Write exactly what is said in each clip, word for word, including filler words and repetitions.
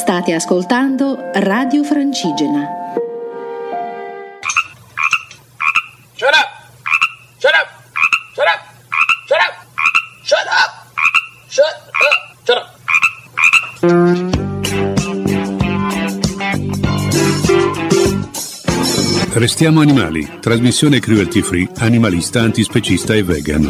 State ascoltando Radio Francigena. Shut up! Shut up! Shut up! Shut up! Shut up! Shut up! Shut up! Restiamo animali, trasmissione cruelty free, animalista, antispecista e vegan.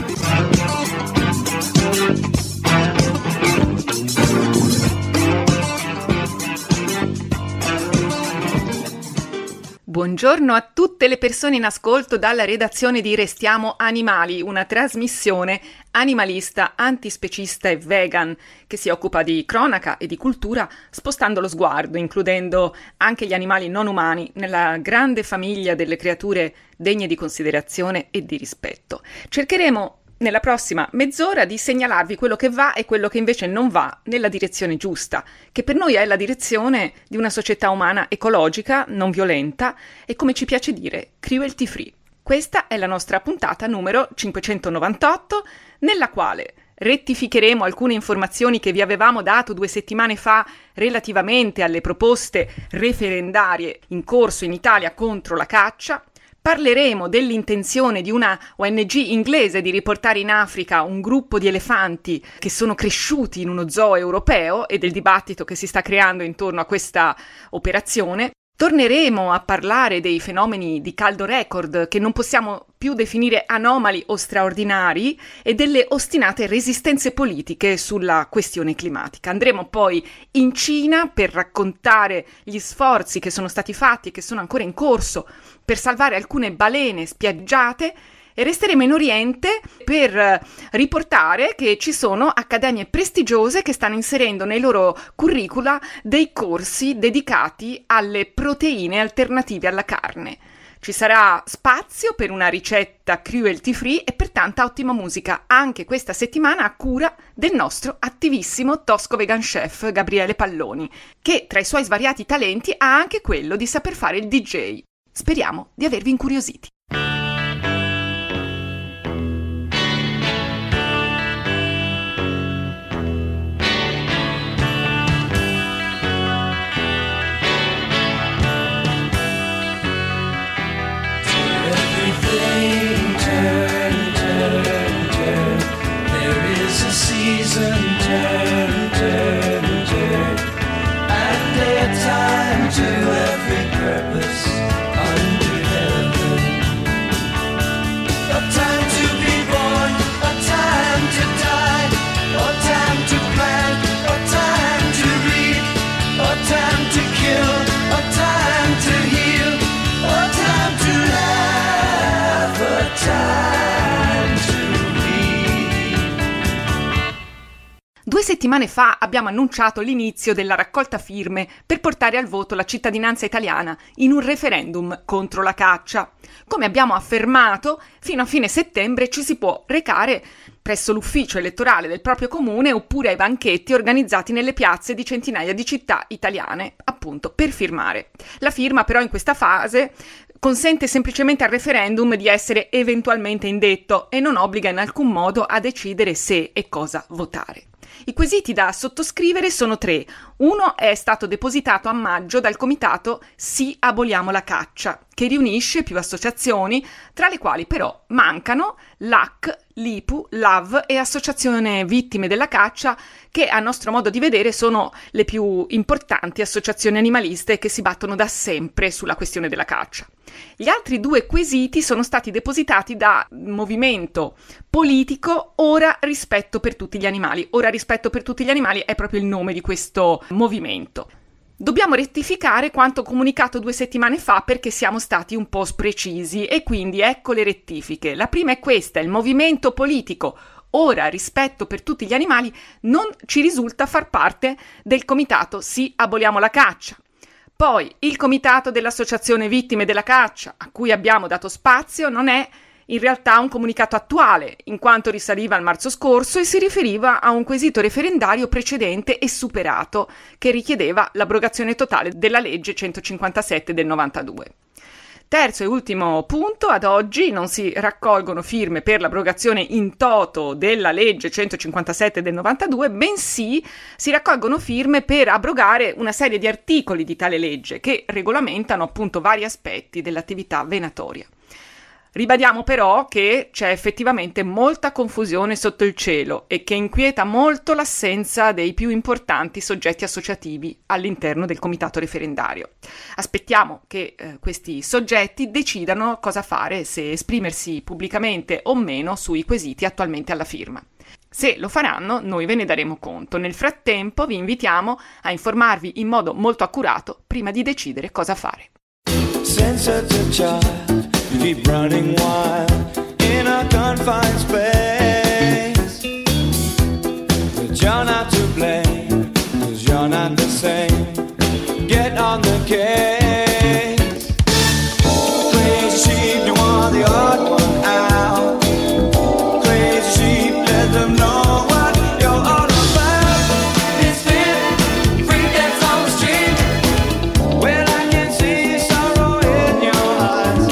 Buongiorno a tutte le persone in ascolto dalla redazione di Restiamo Animali, una trasmissione animalista, antispecista e vegan che si occupa di cronaca e di cultura, spostando lo sguardo, includendo anche gli animali non umani nella grande famiglia delle creature degne di considerazione e di rispetto. Cercheremo nella prossima mezz'ora di segnalarvi quello che va e quello che invece non va nella direzione giusta, che per noi è la direzione di una società umana ecologica, non violenta e, come ci piace dire, cruelty free. Questa è la nostra puntata numero cinquecentonovantotto, nella quale rettificheremo alcune informazioni che vi avevamo dato due settimane fa relativamente alle proposte referendarie in corso in Italia contro la caccia. Parleremo dell'intenzione di una O N G inglese di riportare in Africa un gruppo di elefanti che sono cresciuti in uno zoo europeo e del dibattito che si sta creando intorno a questa operazione. Torneremo a parlare dei fenomeni di caldo record che non possiamo più definire anomali o straordinari e delle ostinate resistenze politiche sulla questione climatica. Andremo poi in Cina per raccontare gli sforzi che sono stati fatti e che sono ancora in corso per salvare alcune balene spiaggiate e resteremo in Oriente per riportare che ci sono accademie prestigiose che stanno inserendo nei loro curricula dei corsi dedicati alle proteine alternative alla carne. Ci sarà spazio per una ricetta cruelty free e per tanta ottima musica anche questa settimana a cura del nostro attivissimo tosco vegan chef Gabriele Palloni, che tra i suoi svariati talenti ha anche quello di saper fare il D J. Speriamo di avervi incuriositi. Turn, turn, turn, and a time to every purpose under heaven. A time to be born, a time to die, a time to plant, a time to reap, a time to kill, a time to heal, a time to laugh, a time to Due settimane fa abbiamo annunciato l'inizio della raccolta firme per portare al voto la cittadinanza italiana in un referendum contro la caccia. Come abbiamo affermato, fino a fine settembre ci si può recare presso l'ufficio elettorale del proprio comune oppure ai banchetti organizzati nelle piazze di centinaia di città italiane, appunto, per firmare. La firma però in questa fase consente semplicemente al referendum di essere eventualmente indetto e non obbliga in alcun modo a decidere se e cosa votare. I quesiti da sottoscrivere sono tre. Uno è stato depositato a maggio dal comitato Sì aboliamo la caccia, che riunisce più associazioni, tra le quali però mancano l'A C, l'I P U, l'A V e Associazione Vittime della Caccia, che a nostro modo di vedere sono le più importanti associazioni animaliste che si battono da sempre sulla questione della caccia. Gli altri due quesiti sono stati depositati da movimento politico Ora Rispetto per Tutti gli Animali. Ora Rispetto per Tutti gli Animali è proprio il nome di questo movimento. Dobbiamo rettificare quanto comunicato due settimane fa perché siamo stati un po' sprecisi e quindi ecco le rettifiche. La prima è questa: il movimento politico Ora Rispetto per Tutti gli Animali non ci risulta far parte del comitato Sì aboliamo la caccia. Poi il comitato dell'Associazione Vittime della Caccia, a cui abbiamo dato spazio, non è in realtà un comunicato attuale, in quanto risaliva al marzo scorso e si riferiva a un quesito referendario precedente e superato, che richiedeva l'abrogazione totale della legge centocinquantasette del novantadue. Terzo e ultimo punto, ad oggi non si raccolgono firme per l'abrogazione in toto della legge centocinquantasette del novantadue, bensì si raccolgono firme per abrogare una serie di articoli di tale legge che regolamentano appunto vari aspetti dell'attività venatoria. Ribadiamo però che c'è effettivamente molta confusione sotto il cielo e che inquieta molto l'assenza dei più importanti soggetti associativi all'interno del comitato referendario. Aspettiamo che eh, questi soggetti decidano cosa fare, se esprimersi pubblicamente o meno sui quesiti attualmente alla firma. Se lo faranno, noi ve ne daremo conto. Nel frattempo vi invitiamo a informarvi in modo molto accurato prima di decidere cosa fare. Keep running wild in a confined space, but you're not to blame, 'cause you're not the same. Get on the case. Crazy sheep, you want the odd one out. Crazy sheep, let them know what you're all about. This fit, free dance on the street. Well, I can see sorrow in your eyes.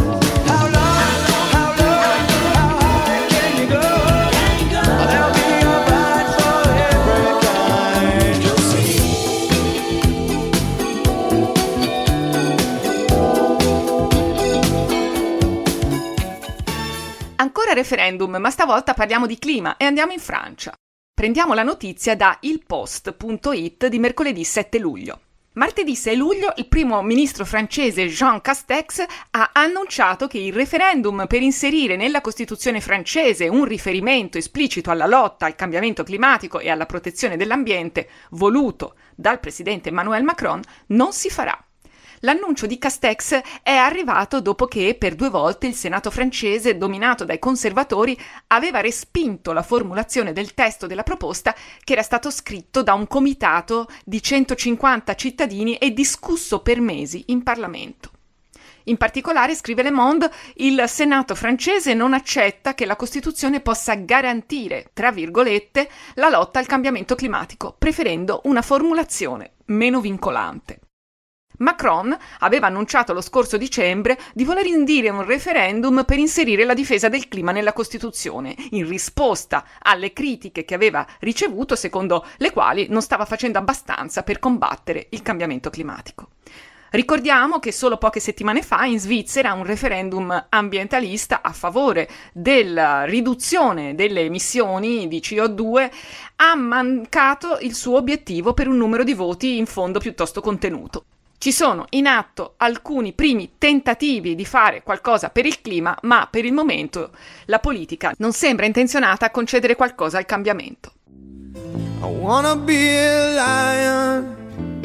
Ancora referendum, ma stavolta parliamo di clima e andiamo in Francia. Prendiamo la notizia da il post punto it di mercoledì sette luglio. Martedì sei luglio il primo ministro francese Jean Castex ha annunciato che il referendum per inserire nella Costituzione francese un riferimento esplicito alla lotta al cambiamento climatico e alla protezione dell'ambiente, voluto dal presidente Emmanuel Macron, non si farà. L'annuncio di Castex è arrivato dopo che per due volte il Senato francese, dominato dai conservatori, aveva respinto la formulazione del testo della proposta che era stato scritto da un comitato di centocinquanta cittadini e discusso per mesi in Parlamento. In particolare, scrive Le Monde, il Senato francese non accetta che la Costituzione possa garantire, tra virgolette, la lotta al cambiamento climatico, preferendo una formulazione meno vincolante. Macron aveva annunciato lo scorso dicembre di voler indire un referendum per inserire la difesa del clima nella Costituzione, in risposta alle critiche che aveva ricevuto, secondo le quali non stava facendo abbastanza per combattere il cambiamento climatico. Ricordiamo che solo poche settimane fa in Svizzera un referendum ambientalista a favore della riduzione delle emissioni di C O due ha mancato il suo obiettivo per un numero di voti in fondo piuttosto contenuto. Ci sono in atto alcuni primi tentativi di fare qualcosa per il clima, ma per il momento la politica non sembra intenzionata a concedere qualcosa al cambiamento. I wanna be a lion.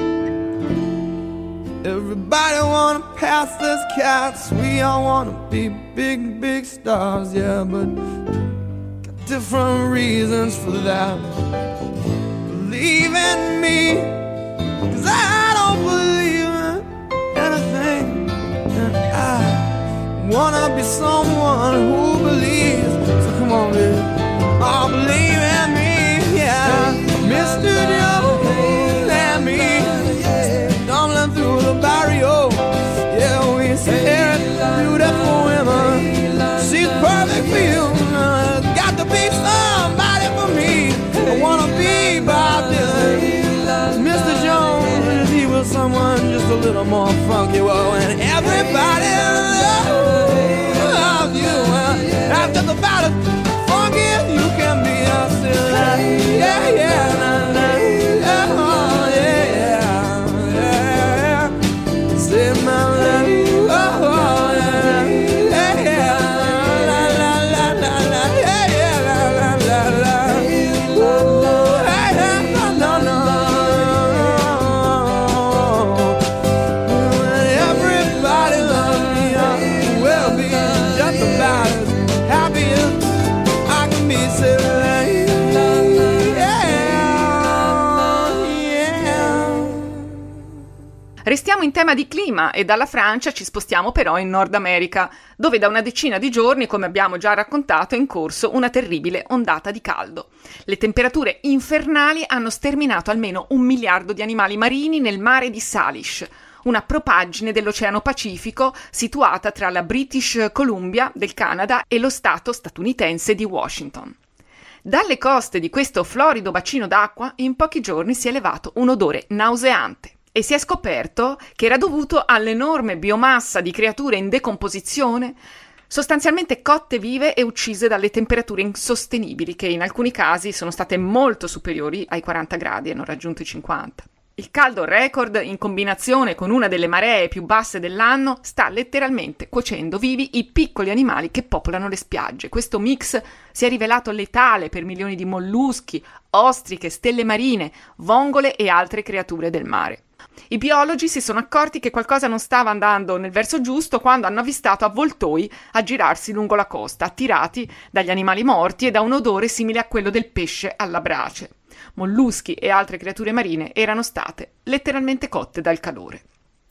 Everybody wanna pass this cats. We all wanna be big, big stars, yeah, but got different reasons for that. Believe in me, 'cause I don't believe anything, and I wanna be someone who believes. So come on, baby, oh, believe in me, yeah. Mister Jones and me, stumbling through the barrio. Yeah, we stare at beautiful women. She's perfect for you. Got to be somebody for me. I wanna be Bob Dylan. Mister Jones, he was someone just a little more funky. Well, and everybody loves you. I'm just about as funky as you can be. I said, yeah, yeah, nah, nah, yeah, oh, yeah, yeah, yeah. Say my love, oh, oh, yeah, yeah, yeah, la, la, la, la, la, yeah, yeah, la, la, la, la, ooh, hey, hey, no, no, no. Everybody loves me, I will be just about as happy as I can be. Say, Restiamo in tema di clima e dalla Francia ci spostiamo però in Nord America, dove da una decina di giorni, come abbiamo già raccontato, è in corso una terribile ondata di caldo. Le temperature infernali hanno sterminato almeno un miliardo di animali marini nel mare di Salish, una propaggine dell'Oceano Pacifico situata tra la British Columbia del Canada e lo stato statunitense di Washington. Dalle coste di questo florido bacino d'acqua in pochi giorni si è elevato un odore nauseante e si è scoperto che era dovuto all'enorme biomassa di creature in decomposizione, sostanzialmente cotte vive e uccise dalle temperature insostenibili che in alcuni casi sono state molto superiori ai quaranta gradi e hanno raggiunto i cinquanta. Il caldo record, in combinazione con una delle maree più basse dell'anno, sta letteralmente cuocendo vivi i piccoli animali che popolano le spiagge. Questo mix si è rivelato letale per milioni di molluschi, ostriche, stelle marine, vongole e altre creature del mare. I biologi si sono accorti che qualcosa non stava andando nel verso giusto quando hanno avvistato avvoltoi aggirarsi lungo la costa, attirati dagli animali morti e da un odore simile a quello del pesce alla brace. Molluschi e altre creature marine erano state letteralmente cotte dal calore.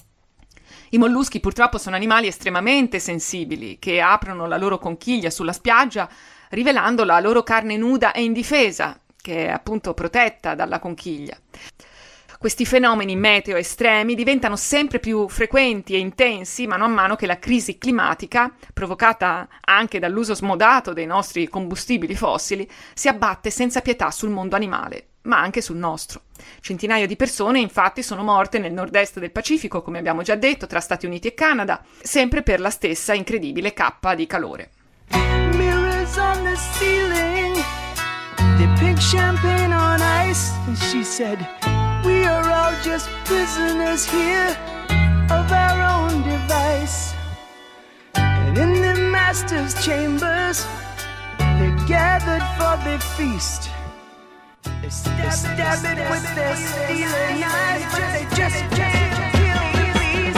I molluschi purtroppo sono animali estremamente sensibili che aprono la loro conchiglia sulla spiaggia rivelando la loro carne nuda e indifesa, che è appunto protetta dalla conchiglia. Questi fenomeni meteo estremi diventano sempre più frequenti e intensi mano a mano che la crisi climatica, provocata anche dall'uso smodato dei nostri combustibili fossili, si abbatte senza pietà sul mondo animale, ma anche sul nostro. Centinaia di persone infatti sono morte nel nord-est del Pacifico, come abbiamo già detto, tra Stati Uniti e Canada, sempre per la stessa incredibile cappa di calore. Mirrors on the ceiling, they pink champagne on ice, and she said, we are all just prisoners here of our own device. And in the master's chambers, they gathered for the feast. They stab, they stab it, it with their stealing knives, but they just can't kill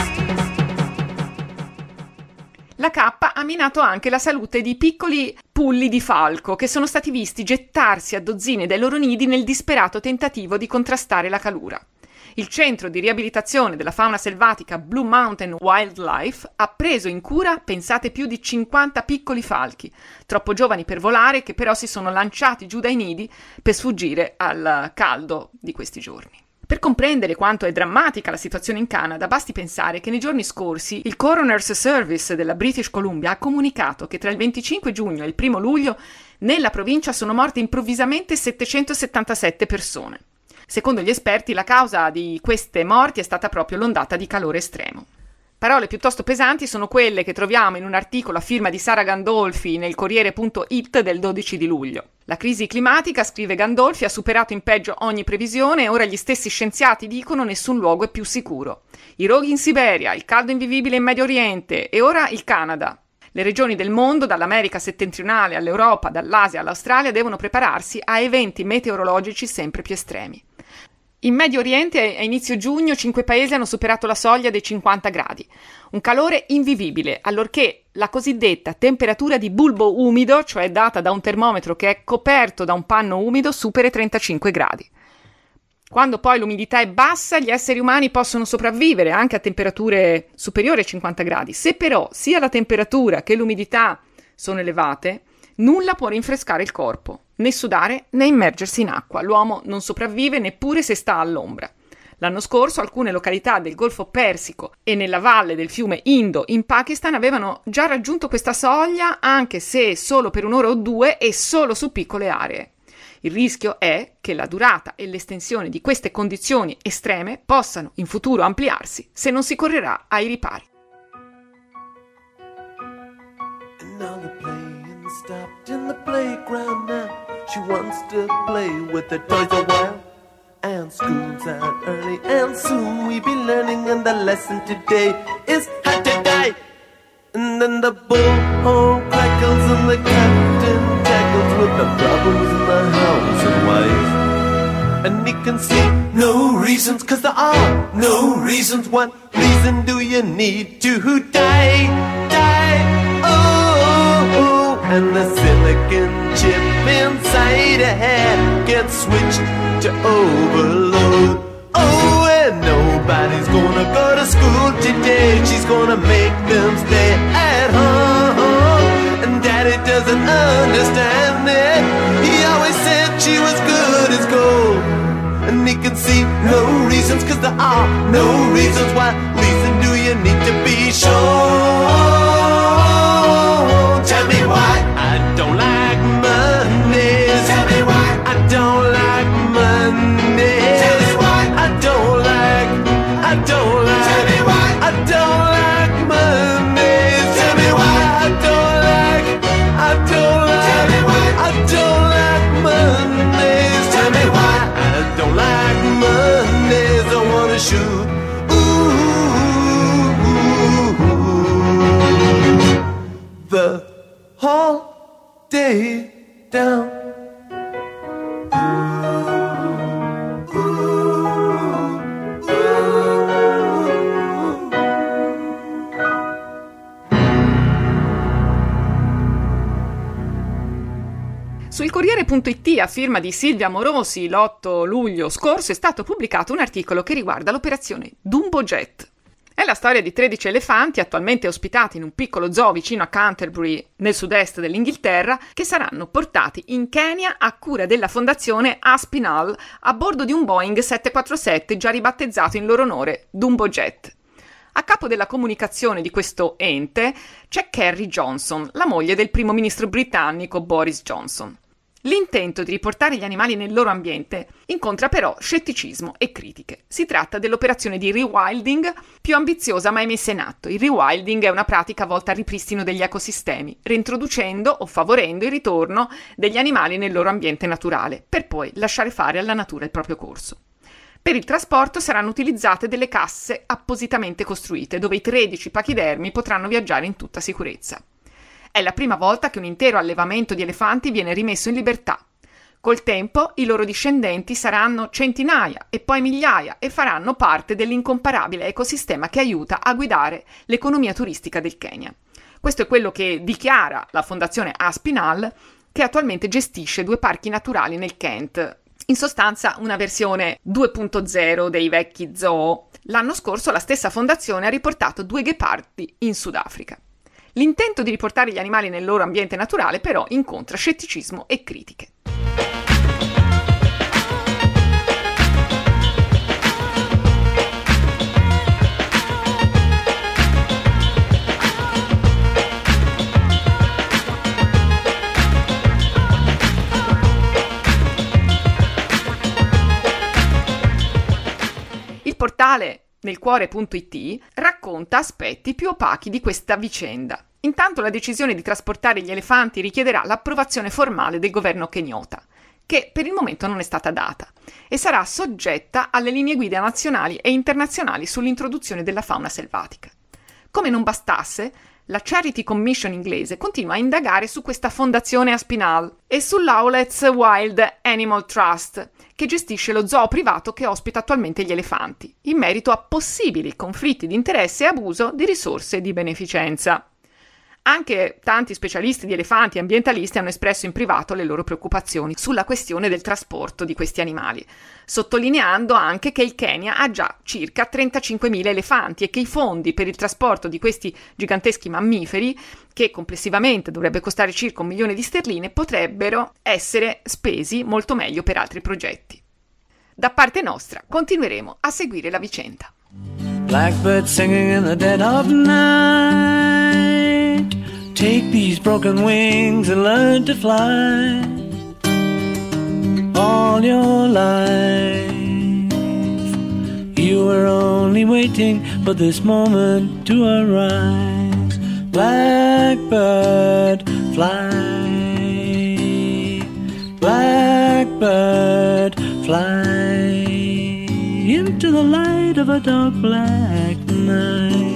the beast. La cappa ha minato anche la salute di piccoli pulli di falco che sono stati visti gettarsi a dozzine dai loro nidi nel disperato tentativo di contrastare la calura. Il centro di riabilitazione della fauna selvatica Blue Mountain Wildlife ha preso in cura, pensate, più di cinquanta piccoli falchi, troppo giovani per volare, che però si sono lanciati giù dai nidi per sfuggire al caldo di questi giorni. Per comprendere quanto è drammatica la situazione in Canada, basti pensare che nei giorni scorsi il Coroner's Service della British Columbia ha comunicato che tra il venticinque giugno e il primo luglio nella provincia sono morte improvvisamente settecentosettantasette persone. Secondo gli esperti, la causa di queste morti è stata proprio l'ondata di calore estremo. Parole piuttosto pesanti sono quelle che troviamo in un articolo a firma di Sara Gandolfi nel Corriere punto it del dodici di luglio. La crisi climatica, scrive Gandolfi, ha superato in peggio ogni previsione e ora gli stessi scienziati dicono nessun luogo è più sicuro. I roghi in Siberia, il caldo invivibile in Medio Oriente e ora il Canada. Le regioni del mondo, dall'America settentrionale all'Europa, dall'Asia all'Australia, devono prepararsi a eventi meteorologici sempre più estremi. In Medio Oriente a inizio giugno cinque paesi hanno superato la soglia dei cinquanta gradi, un calore invivibile, allorché la cosiddetta temperatura di bulbo umido, cioè data da un termometro che è coperto da un panno umido, supera i trentacinque gradi. Quando poi l'umidità è bassa, gli esseri umani possono sopravvivere anche a temperature superiori ai cinquanta gradi. Se però sia la temperatura che l'umidità sono elevate, nulla può rinfrescare il corpo, né sudare né immergersi in acqua. L'uomo non sopravvive neppure se sta all'ombra. L'anno scorso alcune località del Golfo Persico e nella valle del fiume Indo in Pakistan avevano già raggiunto questa soglia, anche se solo per un'ora o due e solo su piccole aree. Il rischio è che la durata e l'estensione di queste condizioni estreme possano in futuro ampliarsi se non si correrà ai ripari. Stopped in the playground now. She wants to play with the toys a while. And school's out early, and soon we be learning. And the lesson today is how to die. And then the bullhorn crackles and the captain tackles with the problems in the house and wife. And he can see no reasons, cause there are no reasons. What reason do you need to die? Die, oh, oh. And the silicon chip inside her head gets switched to overload. Oh, and nobody's gonna go to school today. She's gonna make them stay at home. And Daddy doesn't understand it. He always said she was good as gold. And he can see no reason reasons, cause there are no reasons. Why reason do you need to be sure? Tell me why I don't like Mondays. Tell me why I don't like Mondays. Tell me why I don't like, I don't like, tell me why I don't like Mondays. Tell me why I don't like, I don't like, tell me why I don't like Mondays. Tell me why I don't like Mondays. I wanna shoot. The whole day down. Sul Corriere punto it a firma di Silvia Morosi l'otto luglio scorso è stato pubblicato un articolo che riguarda l'operazione Dumbo Jet. È la storia di tredici elefanti attualmente ospitati in un piccolo zoo vicino a Canterbury, nel sud-est dell'Inghilterra, che saranno portati in Kenya a cura della fondazione Aspinall a bordo di un Boeing sette quattro sette già ribattezzato in loro onore Dumbo Jet. A capo della comunicazione di questo ente c'è Carrie Johnson, la moglie del primo ministro britannico Boris Johnson. L'intento di riportare gli animali nel loro ambiente incontra però scetticismo e critiche. Si tratta dell'operazione di rewilding più ambiziosa mai messa in atto. Il rewilding è una pratica volta al ripristino degli ecosistemi, reintroducendo o favorendo il ritorno degli animali nel loro ambiente naturale, per poi lasciare fare alla natura il proprio corso. Per il trasporto saranno utilizzate delle casse appositamente costruite, dove i tredici pachidermi potranno viaggiare in tutta sicurezza. È la prima volta che un intero allevamento di elefanti viene rimesso in libertà. Col tempo i loro discendenti saranno centinaia e poi migliaia e faranno parte dell'incomparabile ecosistema che aiuta a guidare l'economia turistica del Kenya. Questo è quello che dichiara la fondazione Aspinall, che attualmente gestisce due parchi naturali nel Kent. In sostanza una versione due punto zero dei vecchi zoo. L'anno scorso la stessa fondazione ha riportato due ghepardi in Sudafrica. L'intento di riportare gli animali nel loro ambiente naturale però incontra scetticismo e critiche. Il portale nel cuore punto it racconta aspetti più opachi di questa vicenda. Intanto la decisione di trasportare gli elefanti richiederà l'approvazione formale del governo kenyota, che per il momento non è stata data, e sarà soggetta alle linee guida nazionali e internazionali sull'introduzione della fauna selvatica. Come non bastasse, la Charity Commission inglese continua a indagare su questa fondazione Aspinall e sull'Owlet's Wild Animal Trust, che gestisce lo zoo privato che ospita attualmente gli elefanti, in merito a possibili conflitti di interesse e abuso di risorse di beneficenza. Anche tanti specialisti di elefanti e ambientalisti hanno espresso in privato le loro preoccupazioni sulla questione del trasporto di questi animali, sottolineando anche che il Kenya ha già circa trentacinquemila elefanti e che i fondi per il trasporto di questi giganteschi mammiferi, che complessivamente dovrebbe costare circa un milione di sterline, potrebbero essere spesi molto meglio per altri progetti. Da parte nostra continueremo a seguire la vicenda. Blackbird singing in the dead of night. Take these broken wings and learn to fly. All your life you were only waiting for this moment to arise. Blackbird fly, blackbird fly into the light of a dark black night.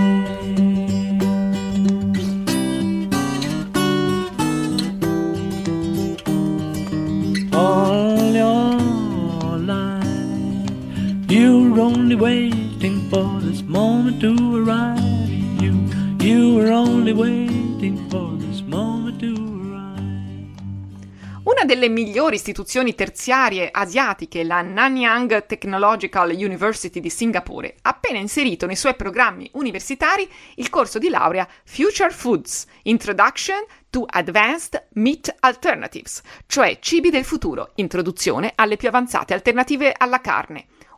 All your life you were only waiting for this moment to arrive. You, you were only waiting for this moment to arrive. Una delle migliori istituzioni terziarie asiatiche, la Nanyang Technological University di Singapore, ha appena inserito nei suoi programmi universitari il corso di laurea Future Foods, Introduction to Advanced Meat Alternatives, cioè cibi del futuro, introduzione alle più avanzate alternative alla carne.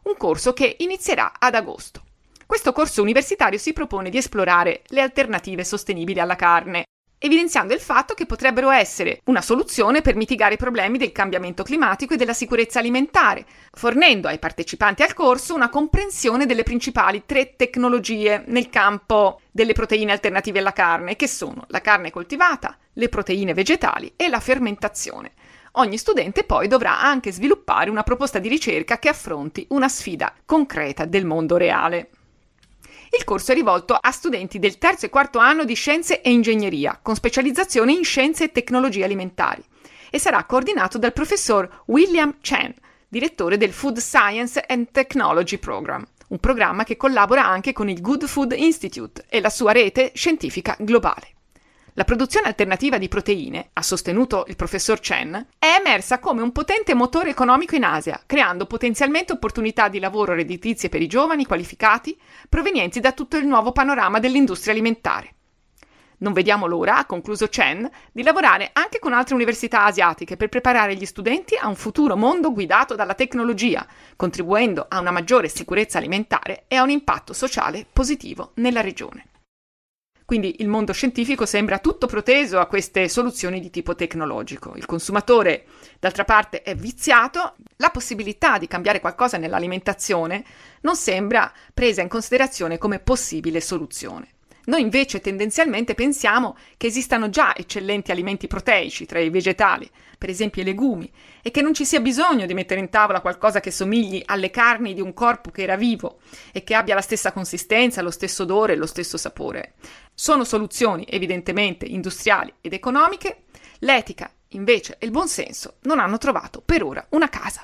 un corso che inizierà ad agosto. Questo corso universitario si propone di esplorare le alternative sostenibili alla carne, evidenziando il fatto che potrebbero essere una soluzione per mitigare i problemi del cambiamento climatico e della sicurezza alimentare, fornendo ai partecipanti al corso una comprensione delle principali tre tecnologie nel campo delle proteine alternative alla carne, che sono la carne coltivata, le proteine vegetali e la fermentazione. Ogni studente poi dovrà anche sviluppare una proposta di ricerca che affronti una sfida concreta del mondo reale. Il corso è rivolto a studenti del terzo e quarto anno di Scienze e Ingegneria, con specializzazione in Scienze e Tecnologie Alimentari, e sarà coordinato dal professor William Chen, direttore del Food Science and Technology Program, un programma che collabora anche con il Good Food Institute e la sua rete scientifica globale. La produzione alternativa di proteine, ha sostenuto il professor Chen, è emersa come un potente motore economico in Asia, creando potenzialmente opportunità di lavoro redditizie per i giovani qualificati provenienti da tutto il nuovo panorama dell'industria alimentare. Non vediamo l'ora, ha concluso Chen, di lavorare anche con altre università asiatiche per preparare gli studenti a un futuro mondo guidato dalla tecnologia, contribuendo a una maggiore sicurezza alimentare e a un impatto sociale positivo nella regione. Quindi il mondo scientifico sembra tutto proteso a queste soluzioni di tipo tecnologico. Il consumatore, d'altra parte, è viziato. La possibilità di cambiare qualcosa nell'alimentazione non sembra presa in considerazione come possibile soluzione. Noi invece tendenzialmente pensiamo che esistano già eccellenti alimenti proteici tra i vegetali, per esempio i legumi, e che non ci sia bisogno di mettere in tavola qualcosa che somigli alle carni di un corpo che era vivo e che abbia la stessa consistenza, lo stesso odore e lo stesso sapore. Sono soluzioni evidentemente industriali ed economiche. L'etica, invece, e il buonsenso non hanno trovato per ora una casa.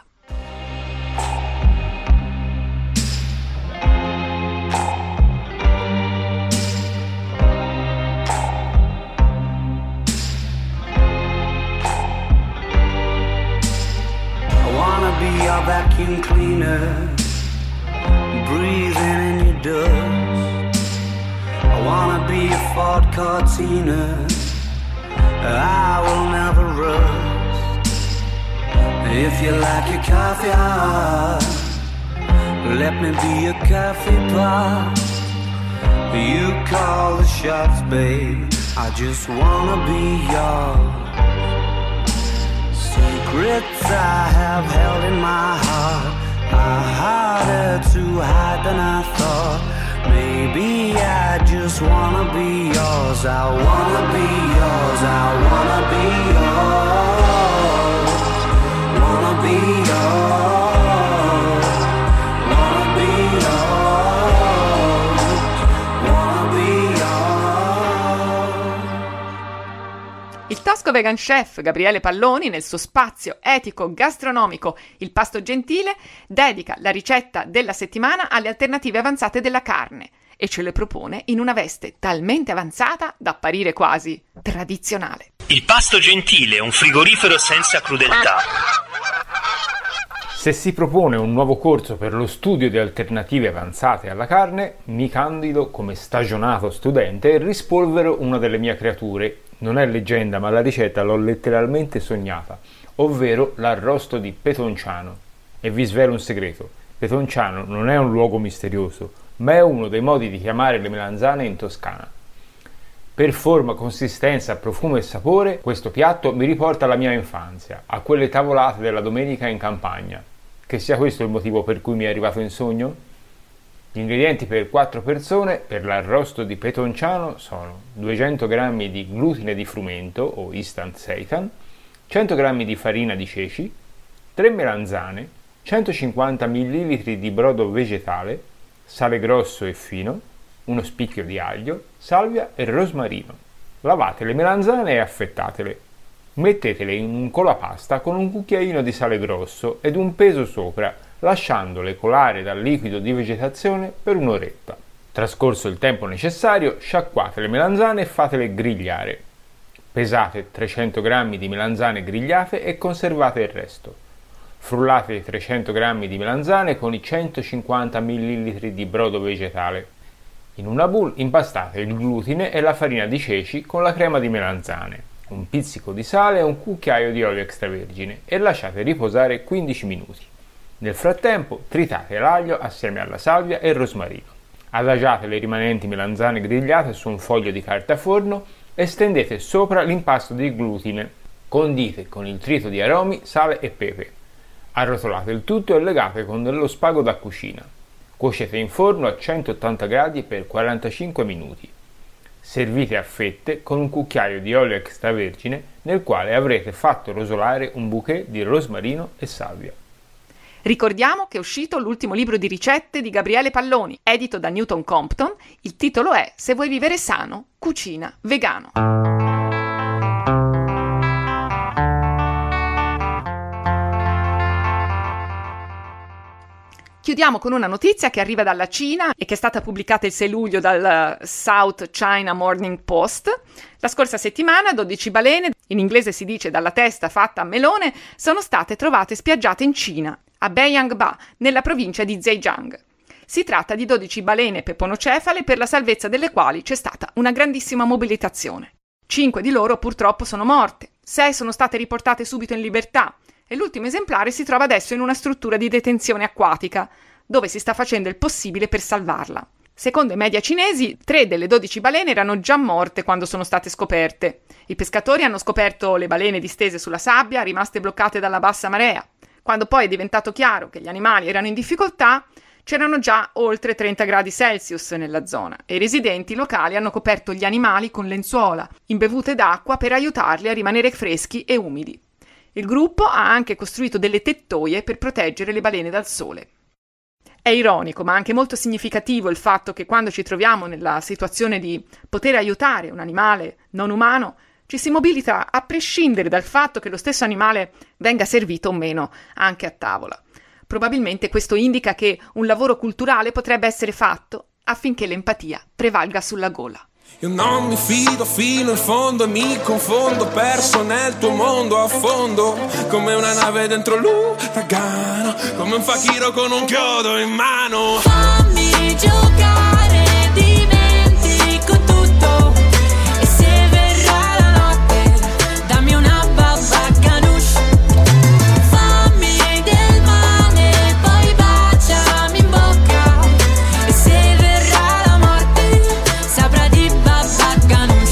Be your vacuum cleaner, breathing in your dust. I wanna be a Ford Cortina, I will never rust. If you like your coffee hot, let me be a coffee pot. You call the shots, babe, I just wanna be yours. Secrets I have held in my heart are harder to hide than I thought. Maybe I just wanna be yours. I wanna be yours. I wanna be yours. Wanna be yours. Wanna be yours. Wanna be yours. Il tosco vegan chef Gabriele Palloni, nel suo spazio etico gastronomico Il Pasto Gentile, dedica la ricetta della settimana alle alternative avanzate della carne e ce le propone in una veste talmente avanzata da apparire quasi tradizionale. Il Pasto Gentile, un frigorifero senza crudeltà. Se si propone un nuovo corso per lo studio di alternative avanzate alla carne, mi candido come stagionato studente e rispolvero una delle mie creature. Non è leggenda, ma la ricetta l'ho letteralmente sognata, ovvero l'arrosto di Petonciano. E vi svelo un segreto: Petonciano non è un luogo misterioso, ma è uno dei modi di chiamare le melanzane in Toscana. Per forma, consistenza, profumo e sapore, questo piatto mi riporta alla mia infanzia, a quelle tavolate della domenica in campagna. Che sia questo il motivo per cui mi è arrivato in sogno? Gli ingredienti per quattro persone per l'arrosto di Petonciano sono duecento grammi di glutine di frumento o instant seitan, cento grammi di farina di ceci, tre melanzane, centocinquanta millilitri di brodo vegetale, sale grosso e fino, uno spicchio di aglio, salvia e rosmarino. Lavate le melanzane e affettatele. Mettetele in un colapasta con un cucchiaino di sale grosso ed un peso sopra, lasciandole colare dal liquido di vegetazione per un'oretta. Trascorso il tempo necessario, sciacquate le melanzane e fatele grigliare. Pesate trecento grammi di melanzane grigliate e conservate il resto. Frullate i trecento grammi di melanzane con i centocinquanta millilitri di brodo vegetale. In una boule impastate il glutine e la farina di ceci con la crema di melanzane, un pizzico di sale e un cucchiaio di olio extravergine e lasciate riposare quindici minuti. Nel frattempo tritate l'aglio assieme alla salvia e il rosmarino. Adagiate le rimanenti melanzane grigliate su un foglio di carta forno e stendete sopra l'impasto di glutine. Condite con il trito di aromi, sale e pepe. Arrotolate il tutto e legate con dello spago da cucina. Cuocete in forno a centottanta gradi per quarantacinque minuti. Servite a fette con un cucchiaio di olio extravergine nel quale avrete fatto rosolare un bouquet di rosmarino e salvia. Ricordiamo che è uscito l'ultimo libro di ricette di Gabriele Palloni, edito da Newton Compton. Il titolo è Se vuoi vivere sano, cucina vegano. Chiudiamo con una notizia che arriva dalla Cina e che è stata pubblicata il sei luglio dal South China Morning Post. La scorsa settimana dodici balene, in inglese si dice dalla testa fatta a melone, sono state trovate spiaggiate in Cina, a Beiyangba, nella provincia di Zhejiang. Si tratta di dodici balene peponocefale per la salvezza delle quali c'è stata una grandissima mobilitazione. Cinque di loro purtroppo sono morte, sei sono state riportate subito in libertà e l'ultimo esemplare si trova adesso in una struttura di detenzione acquatica, dove si sta facendo il possibile per salvarla. Secondo i media cinesi, tre delle dodici balene erano già morte quando sono state scoperte. I pescatori hanno scoperto le balene distese sulla sabbia, rimaste bloccate dalla bassa marea. Quando poi è diventato chiaro che gli animali erano in difficoltà, c'erano già oltre trenta gradi Celsius nella zona e i residenti locali hanno coperto gli animali con lenzuola, imbevute d'acqua per aiutarli a rimanere freschi e umidi. Il gruppo ha anche costruito delle tettoie per proteggere le balene dal sole. È ironico, ma anche molto significativo il fatto che quando ci troviamo nella situazione di poter aiutare un animale non umano, ci si mobilita a prescindere dal fatto che lo stesso animale venga servito o meno anche a tavola. Probabilmente questo indica che un lavoro culturale potrebbe essere fatto affinché l'empatia prevalga sulla gola. Io non mi fido fino in fondo e mi confondo, perso nel tuo mondo a fondo, come una nave dentro l'uragano, come un fakiro con un chiodo in mano. Fammi giocare, dimentico tutto, e se verrà la notte, dammi una babba ganoush. Fammi del male, poi baciami in bocca, e se verrà la morte, saprà di babba ganoush.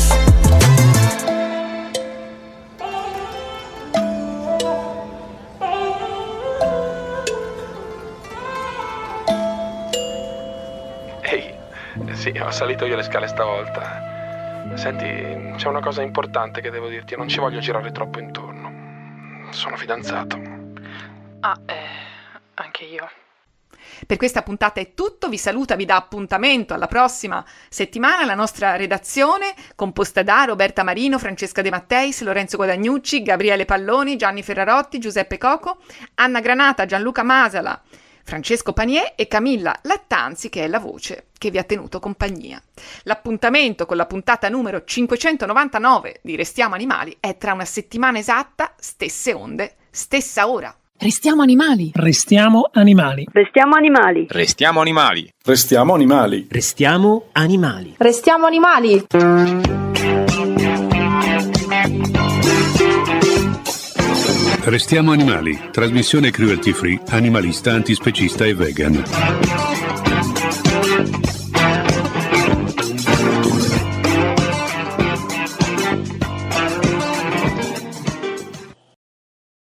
Ehi, sì, ho salito io le scale stavolta. Senti, c'è una cosa importante che devo dirti, non ci voglio girare troppo intorno. Sono fidanzato. Ah, eh, anche io. Per questa puntata è tutto, vi saluta, vi dà appuntamento alla prossima settimana la nostra redazione, composta da Roberta Marino, Francesca De Matteis, Lorenzo Guadagnucci, Gabriele Palloni, Gianni Ferrarotti, Giuseppe Coco, Anna Granata, Gianluca Masala, Francesco Panier e Camilla Lattanzi, che è la voce che vi ha tenuto compagnia. L'appuntamento con la puntata numero cinquecentonovantanove di Restiamo Animali è tra una settimana esatta, stesse onde, stessa ora. Restiamo animali. Restiamo animali. Restiamo animali. Restiamo animali. Restiamo animali. Restiamo animali. Restiamo animali. Restiamo animali. Trasmissione cruelty free, animalista, antispecista e vegan.